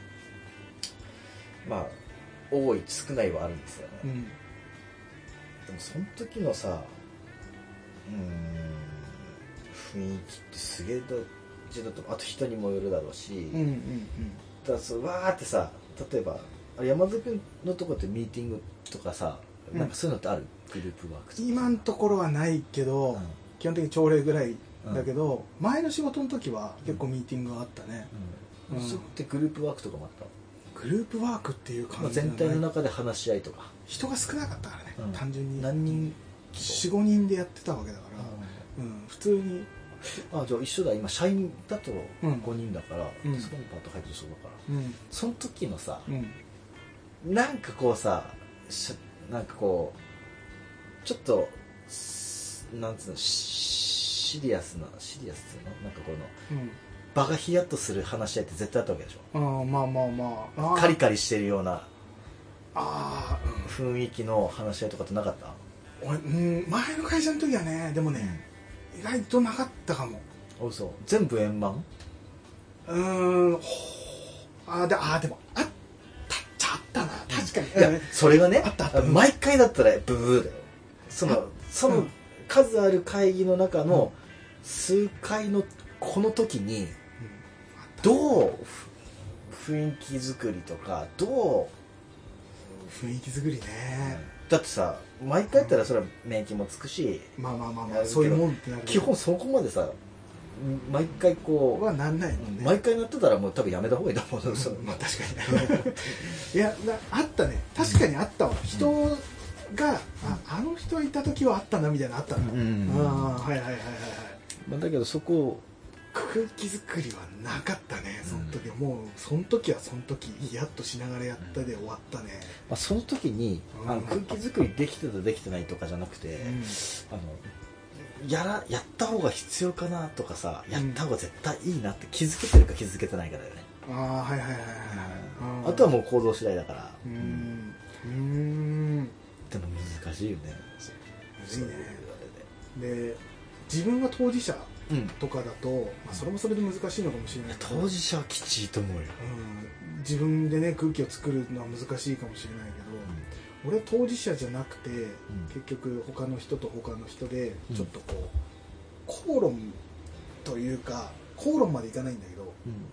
まあ多い少ないはあるんですよね、うん、でもその時のさ、うーん雰囲気ってすげえ大事だと思う。あと人にもよるだろうし、うんうんうん、だからそうわーってさ、例えばあれ山田君のとこってミーティングとかさ、うん、なんかそういうのってある？グループワークとか今のところはないけど、うん、基本的に朝礼ぐらいだけど、うん、前の仕事の時は結構ミーティングがあったね、 うんうん、それってグループワークとかもあった？ グループワークっていう感じじゃない、 まあ、全体の中で話し合いとか人が少なかったからね、うん、単純に何人 よんごにんでやってたわけだから、うんうん、普通にあ、じゃあ一緒だ、今社員だとごにんだから、うん、そこにパート入ってそうだから、うん、その時のさ、うん、なんかこうさ、なんかこうちょっとなんつうの、シリアスなシリアスっていうのなんかこの、うん、場がヒヤッとする話し合いって絶対あったわけでしょ。 あ、まあまあまあ、 カリカリしてるようなあ、 うん、雰囲気の話し合いとかってなかった？ 俺、うん、前の会社の時はね、でもね、意外となかったかも。 おそう、全部円満？ うーん、あであでもあったっちゃあったな、確かに。 いや、それがね、あったあった、毎回だったらブブーだよ。そのその数ある会議の中の数回のこの時にどう雰囲気作りとか、どう雰囲気作りね、 だってさ、毎回やったらそれは免疫もつくし、 まあまあまあまあ、そういうもんってなる。 基本そこまでさ、毎回こうはなんないもんね。 毎回なってたらもう多分やめた方がいいと思う。 うん、まあ確かにいやあったね、確かにあったわ、うん、人が、あ、あの人いた時はあったなみたいなのあったの、うんうんうん、あ、はいはいはいはい、 まあ、だけどそこを空気作りはなかったね、その時は、うん、もうその時はその時ヒヤッとしながらやったで終わったね、 まあ、その時に、うん、あの空気作りできてたできてないとかじゃなくて、うん、あのやらやった方が必要かなとかさ、やった方が絶対いいなって気づけてるか気づけてないかだよね。 ああはいはいはいはい、 うん、あとはもう行動次第だから。 うん、うん、 でも難しいよね。 むずいね。で自分が当事者とかだと、うん、まあ、それもそれで難しいのかもしれないけど、 当事者はきちいと思うよ、 うん、自分でね空気を作るのは難しいかもしれないけど、うん、俺は当事者じゃなくて、うん、結局他の人と他の人でちょっとこう、うん、口論というか口論までいかないんだけど、うん、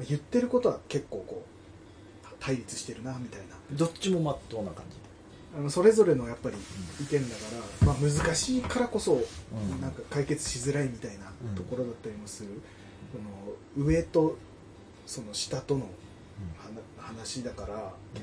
言ってることは結構こう対立してるなみたいな、 どっちもまっとうな感じ、 あのそれぞれのやっぱり意見だから、まあ、難しいからこそ、うん、なんか解決しづらいみたいなところだったりもする、うん、の上とその下との、うん、話だから、うん、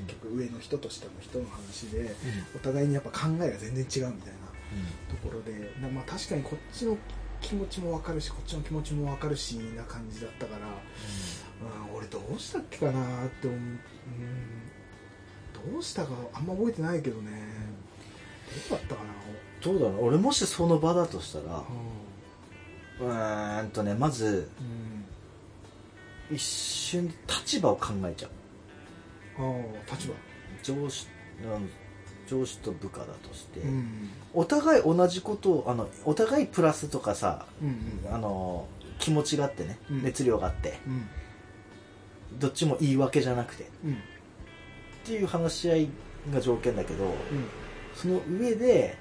結局上の人と下の人の話で、うん、お互いにやっぱ考えが全然違うみたいなところで、まあ、確かにこっちの気持ちも分かるしこっちの気持ちも分かるしな感じだったから、うんうん、俺どうしたっけかなって思う、うんどうしたかあんま覚えてないけどね、どうだったかな。 どうだろう、俺もしその場だとしたら、うん、うーんとねまず、うん、一瞬立場を考えちゃう。 ああ立場、 上司、上司と部下だとして、うん、お互い同じことをあのお互いプラスとかさ、うんうん、あの気持ちがあってね、うん、熱量があって、うん、どっちも言い訳じゃなくて、うんっていう話し合いが条件だけど、うん、その上で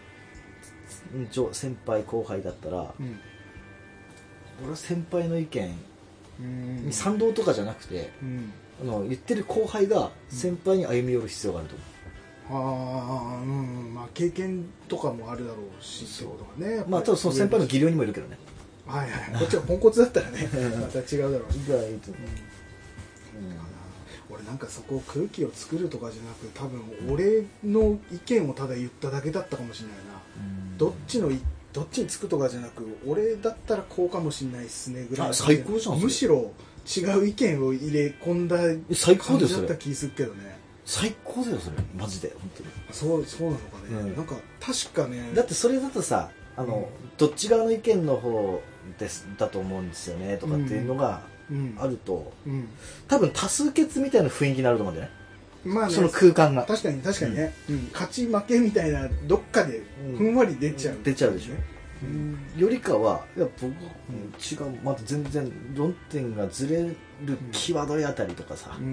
先輩後輩だったら、うん、俺は先輩の意見に賛同とかじゃなくて、うん、あの言ってる後輩が先輩に歩み寄る必要があると思う、うん、 ああうんまあ経験とかもあるだろうしってことがね、 まあただその先輩の技量にもいるけどね、 はいはいこっちがポンコツだったらねまた違うだろうし、 がいいと思う、 うん俺なんかそこ空気を作るとかじゃなく多分俺の意見をただ言っただけだったかもしれないな、うん、どっちのどっちにつくとかじゃなく俺だったらこうかもしれないっすねぐらい、 あ最高じゃん、 むしろ違う意見を入れ込んだ感じだった気するけどね。 最高だよそれマジで本当に。 そうそうなのかね、うん、なんか確かねだってそれだとさあの、うん、どっち側の意見の方ですだと思うんですよねとかっていうのが、うんあると、うん、多分多数決みたいな雰囲気になると思うんだよね、まあね、その空間が確かに確かにね、うんうん、勝ち負けみたいなどっかでふんわり出ちゃう、うん、 出ちゃうでしょ、うん、よりかはいや僕、うん、違うまた全然論点がずれる際どいあたりとかさ、うん、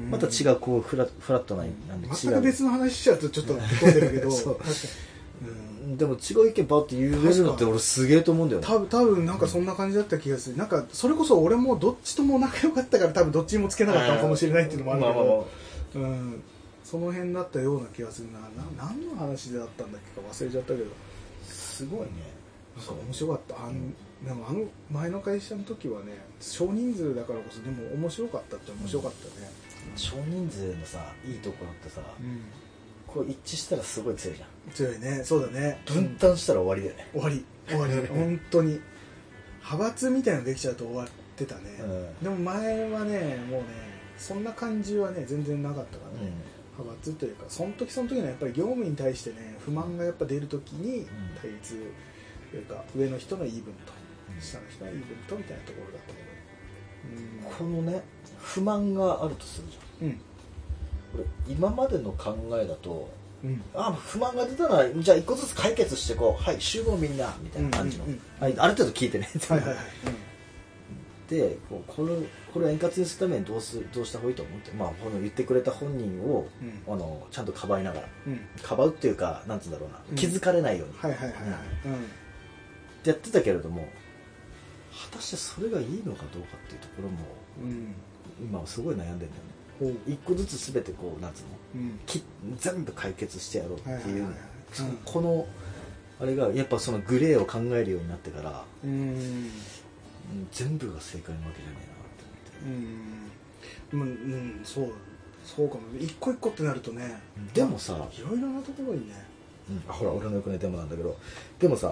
また違うこうフラフラットななんで違う全く別の話しちゃうとちょっと飛んでるけどそう確かにうん、でも違う意見バッて言えるのって俺すげえと思うんだよね。 多分多分なんかそんな感じだった気がする。なんかそれこそ俺もどっちとも仲良かったから多分どっちにもつけなかったのかもしれないっていうのもあるけど、まあまあまあうん、その辺だったような気がするな。な何の話だったんだっけか忘れちゃったけどすごいね。 なんか面白かった。あの、うん、でもあの前の会社の時はね少人数だからこそでも面白かったって面白かったね、 うん、少人数のさいいところってさ、うんこう一致したらすごい強いじゃん。 強いね。そうだね。 分担したら終わりだよね。 終わり終わり本当に派閥みたいなのできちゃうと終わってたね、うん、でも前はねもうねそんな感じはね全然なかったからね、うん、派閥というかその時その時のやっぱり業務に対してね不満がやっぱ出る時に対立というか上の人の言い分と下の人の言い分とみたいなところだったけど、うん、このね不満があるとするじゃん、うん今までの考えだと、うん、あ不満が出たらじゃあ一個ずつ解決していこうはい集合みんなみたいな感じの、うんうんうん、ある程度聞いてねはいはいはい、うん、でこうこれこれを円滑にするためにどうすどうした方がいいと思って、まあ、この言ってくれた本人を、うん、あのちゃんとかばいながら、うん、かばうっていうかなんつうんだろうな、うん、気づかれないようにやってたけれども果たしてそれがいいのかどうかっていうところも、うん、今はすごい悩んでるんだよね。一個ずつ全てこうなんつうの、うん、き全部解決してやろうっていう、このあれがやっぱそのグレーを考えるようになってからうん、全部が正解なわけじゃないなって思って、うん、うん、そうそうかも一個一個ってなるとねでもさいろいろなところにね、 うん、ほら俺のよくねでもなんだけどでもさ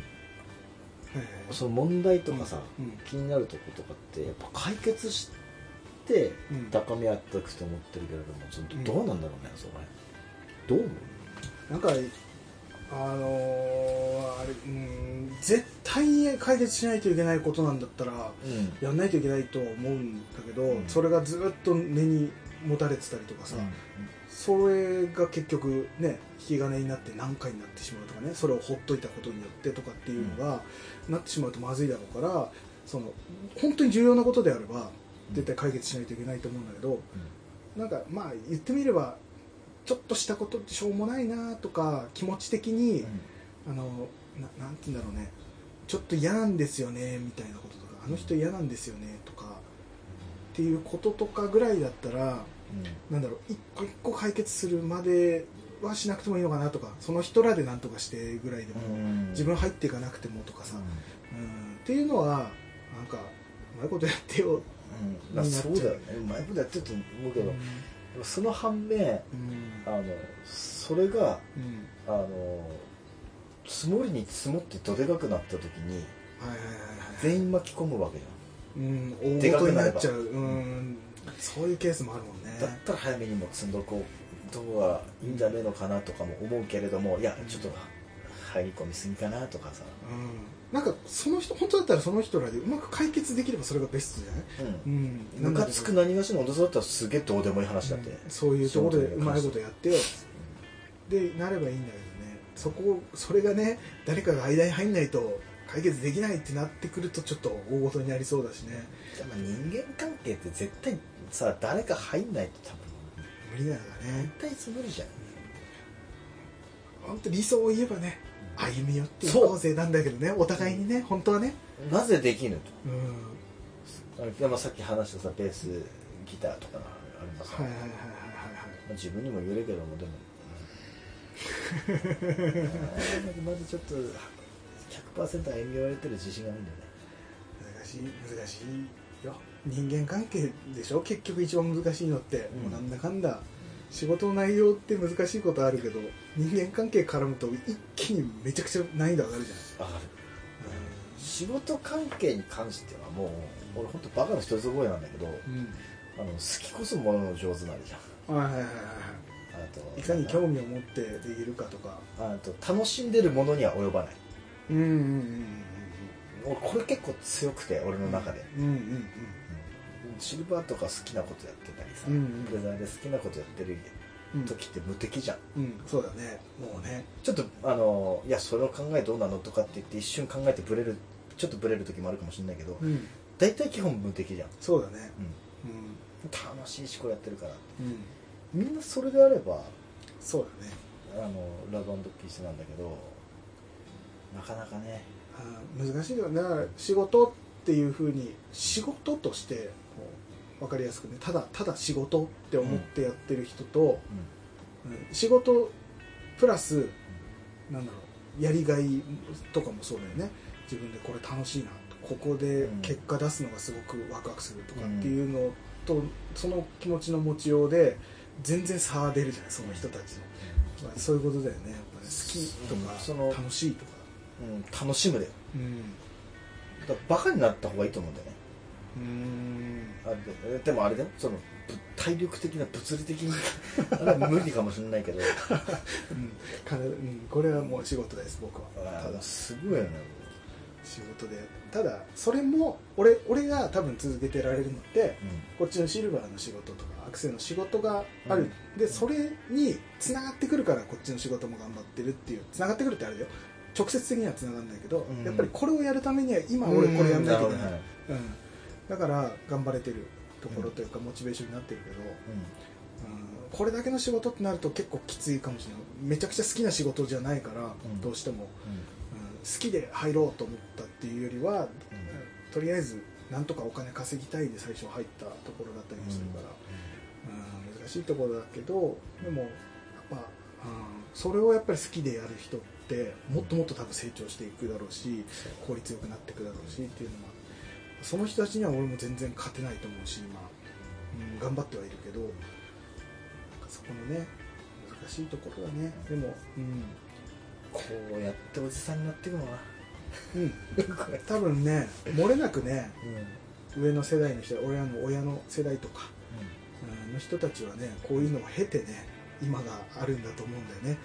その問題とかさ、うんうん、気になるとことかってやっぱ解決してで高め合っていくと思ってるけれども、ちょっとどうなんだろうね、うん、それどう思う？ なんかあのー、あれうん絶対に解決しないといけないことなんだったら、 うん、 やんないといけないと思うんだけど、 うん、 それがずっと根に持たれてたりとかさ、うん、それが結局ね引き金になって何回になってしまうとかね、それをほっといたことによってとかっていうのが、うん、なってしまうとまずいだろうから、その本当に重要なことであれば絶対解決しないといけないと思うんだけど、うん、なんかまあ言ってみればちょっとしたことってしょうもないなとか気持ち的に、うん、あのななんて言うんだろうね、ちょっと嫌なんですよねみたいなこととか、あの人嫌なんですよねとか、うん、っていうこととかぐらいだったら、うん、なんだろう、一個一個解決するまではしなくてもいいのかなとか、その人らでなんとかしてぐらいでも、うん、自分入っていかなくてもとかさ、うんうん、っていうのはなんかうまいことやってよ、 うん、まあそうだよね、うまいことやってると思うけど、うん、その反面、うん、あのそれが、うん、あの積もりに積もってどでかくなった時に全員巻き込むわけじゃん、うん、大事になっちゃう、うん、そういうケースもあるもんね。だったら早めにも積んどこうとはいいんじゃねえのかなとかも思うけれども、いやちょっと入り込みすぎかなとかさ、うん、なんかその人本当だったらその人らでうまく解決できればそれがベストじゃない、うんうん、ムカつく何がしの脅さだったらすげえどうでもいい話だって、うん、そういうところでうまいことやってよでなればいいんだけどね、そこそれがね誰かが間に入んないと解決できないってなってくるとちょっと大事になりそうだしね。まあ人間関係って絶対さ誰か入んないと多分無理だからね。絶対無理じゃん。本当理想を言えばね、歩み寄っていこうぜなんだけどね、お互いにね、本当はね。なぜできぬと。うん。でもさっき話したさベースギターとかありますね。はいはいはいはいはい。自分にも言えるけどもでも。まずちょっと ひゃくパーセント 歩み寄られてる自信がないんだよね。難しい難しいよ。人間関係でしょ結局一番難しいのって、うん、もうなんだかんだ仕事の内容って難しいことあるけど人間関係絡むと一気にめちゃくちゃ難易度上がるじゃない。上がる、うん、仕事関係に関してはもう俺本当バカの一つ覚えなんだけど、うん、あの好きこそものの上手なりじゃん。はいはいはいはい。いかに興味を持ってできるかとか、あと楽しんでるものには及ばない。うんうんうんうん。俺これ結構強くて俺の中で。うんうんうんうん。シルバーとか好きなことやってたりさ、うんうん、プレザーで好きなことやってる時って無敵じゃん。うん、そうだね。もうね。ちょっとあのいやその考えどうなのとかって言って一瞬考えてブレるちょっとブレる時もあるかもしれないけど、うん、大体基本無敵じゃん。そうだね。うん。うん、楽しいしこうやってるから。うんみんなそれであればそうだねあのラブ&ピースなんだけどなかなかねあ難しいよね。だから仕事っていう風に仕事として分かりやすくねただただ仕事って思ってやってる人と、うんうん、仕事プラス、うん、なんだろうやりがいとかもそうだよね。自分でこれ楽しいなここで結果出すのがすごくワクワクするとかっていうのと、その気持ちの持ちようで全然差が出るじゃないその人たちの、まあ、そういうことだよね。やっぱり好きとか、うん、その楽しいとか、うん、楽しむだよ、うん、だからバカになった方がいいと思うんだよね。うーんあ で, でもあれだよその体力的な物理的にあれは無理かもしれないけど、うんかうん、これはもう仕事です僕は。ただすごいよね仕事でただそれも 俺, 俺が多分続けてられるのって、うん、こっちのシルバーの仕事とかアクセの仕事がある、うん、でそれに繋がってくるからこっちの仕事も頑張ってるっていう繋がってくるってあれだよ直接的には繋がんないけど、うん、やっぱりこれをやるためには今俺これやんないといけない、うんうんだから頑張れてるところというかモチベーションになってるけど、うんうん、これだけの仕事ってなると結構きついかもしれない。めちゃくちゃ好きな仕事じゃないから、うん、どうしても、うん好きで入ろうと思ったっていうよりは、うん、とりあえずなんとかお金稼ぎたいで最初入ったところだったりもするから、うんうん、難しいところだけどでもやっぱ、うん、それをやっぱり好きでやる人ってもっともっと多分成長していくだろうし効率よくなっていくだろうしっていうのはその人たちには俺も全然勝てないと思うし今、うん、頑張ってはいるけどそこのね難しいところだね。でも、うんこうやっておじさんになっていくのかな、うん、多分ね漏れなくね、うん、上の世代の人親の親の世代とか、うん、の人たちはねこういうのを経てね今があるんだと思うんだよね。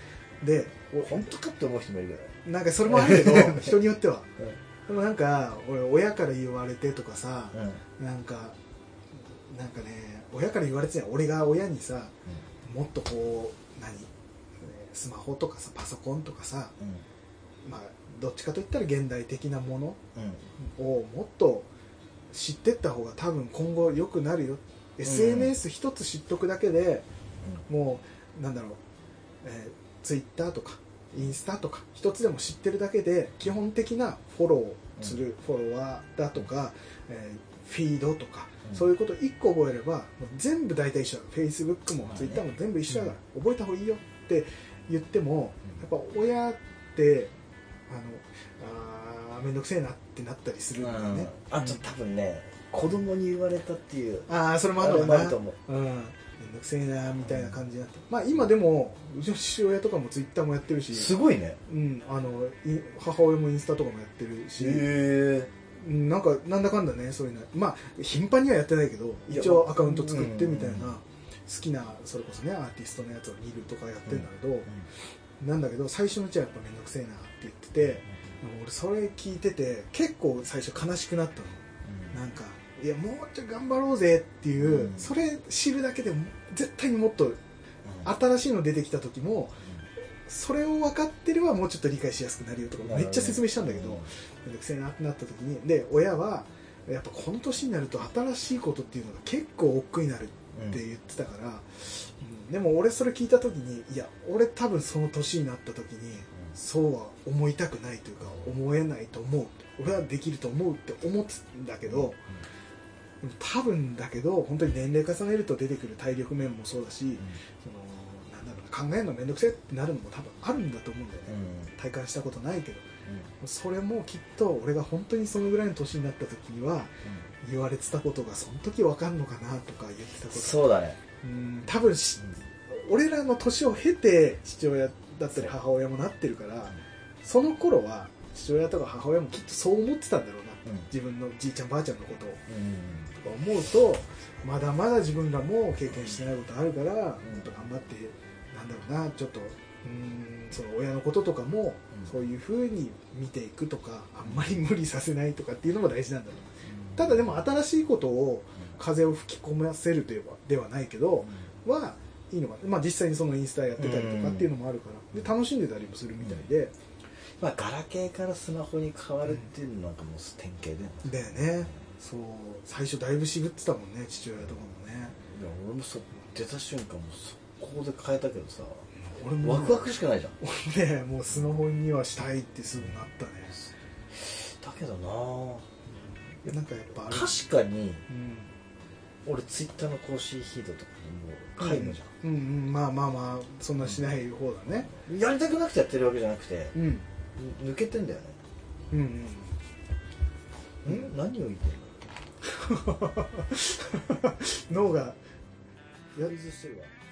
で本当かって思う人もいるけど、 なんかそれもあるけど人によっては、うん、でもなんか俺親から言われてとかさ、うん、なんかなんかね親から言われてたよ。俺が親にさ、うん、もっとこう何スマホとかさパソコンとかさ、うん、まあどっちかといったら現代的なものをもっと知ってった方が多分今後良くなるよ、うん、エスエヌエス 一つ知っとくだけで、うん、もうなんだろう、えー、ツイッターとかインスタとか一つでも知ってるだけで基本的なフォローするフォロワーだとか、えー、フィードとか、うん、そういうこといっこ覚えればもう全部大体一緒だ。 Facebook も Twitter も全部一緒だから、うん、覚えた方がいいよって言ってもやっぱ親ってあのあーめんどくせえなってなったりするんだよね、 うん、あと多分ね、うん、子供に言われたっていうああそれもあるのかな、 と思う、うんめんどくせえなみたいな感じになって、まあ今でもうちの父親とかもツイッターもやってるしすごいね、 うん、あの母親もインスタとかもやってるし、へなんかなんだかんだねそういうのまあ頻繁にはやってないけど一応アカウント作ってみたいな、好きなそれこそねアーティストのやつを見るとかやってるんだけど、うんうん、なんだけど最初のうちはやっぱめんどくせえなって言ってて、うん、俺それ聞いてて結構最初悲しくなったの、うん、なんかいやもうちょい頑張ろうぜっていう、うん、それ知るだけでも絶対にもっと新しいの出てきた時も、うん、それを分かってればもうちょっと理解しやすくなるよとかめっちゃ説明したんだけど、うん、めんどくせえなってなった時にで親はやっぱこの年になると新しいことっていうのが結構億劫になるって言ってたから、うんうん、でも俺それ聞いた時にいや俺多分その年になった時に、うん、そうは思いたくないというか思えないと思う俺はできると思うって思ってたんだけど、うん多分だけど本当に年齢重ねると出てくる体力面もそうだし、うん、そのなんだろう考えるのめんどくせえってなるのも多分あるんだと思うんだよね、うん、体感したことないけど、うん、それもきっと俺が本当にそのぐらいの年になった時には言われてたことがその時分かんのかなとか言ってたことそうだねうん多分し、うん、俺らの年を経て父親だったり母親もなってるから、うん、その頃は父親とか母親もきっとそう思ってたんだろうな、うん、自分のじいちゃんばあちゃんのことを、うん思うとまだまだ自分らも経験してないことあるから、うん、もっと頑張ってなんだろうなちょっとうーんその親のこととかも、うん、そういう風に見ていくとかあんまり無理させないとかっていうのも大事なんだろう、うん、ただでも新しいことを風を吹き込ませるといえばではないけど、うん、はいいのかな、まあ、実際にそのインスタやってたりとかっていうのもあるからで楽しんでたりもするみたいで、うんまあ、ガラケーからスマホに変わるっていうのなんかもう典型だよね、だよねそう最初だいぶ渋ってたもんね父親とかもね。 いや俺もそ出た瞬間もう速攻で変えたけどさ俺もワクワクしかないじゃん俺ねもうスマホにはしたいってすぐなったね、 だけどな、 うん、なんかやっぱある確かに、うん、俺ツイッターの更新ヒートとかにもう皆無じゃん、 うん、うんうんまあまあまあそんなしない方だね、 うん、やりたくなくてやってるわけじゃなくて、うん、抜けてんだよねうんうん、うん、何を言ってんの脳がやりずしてるわ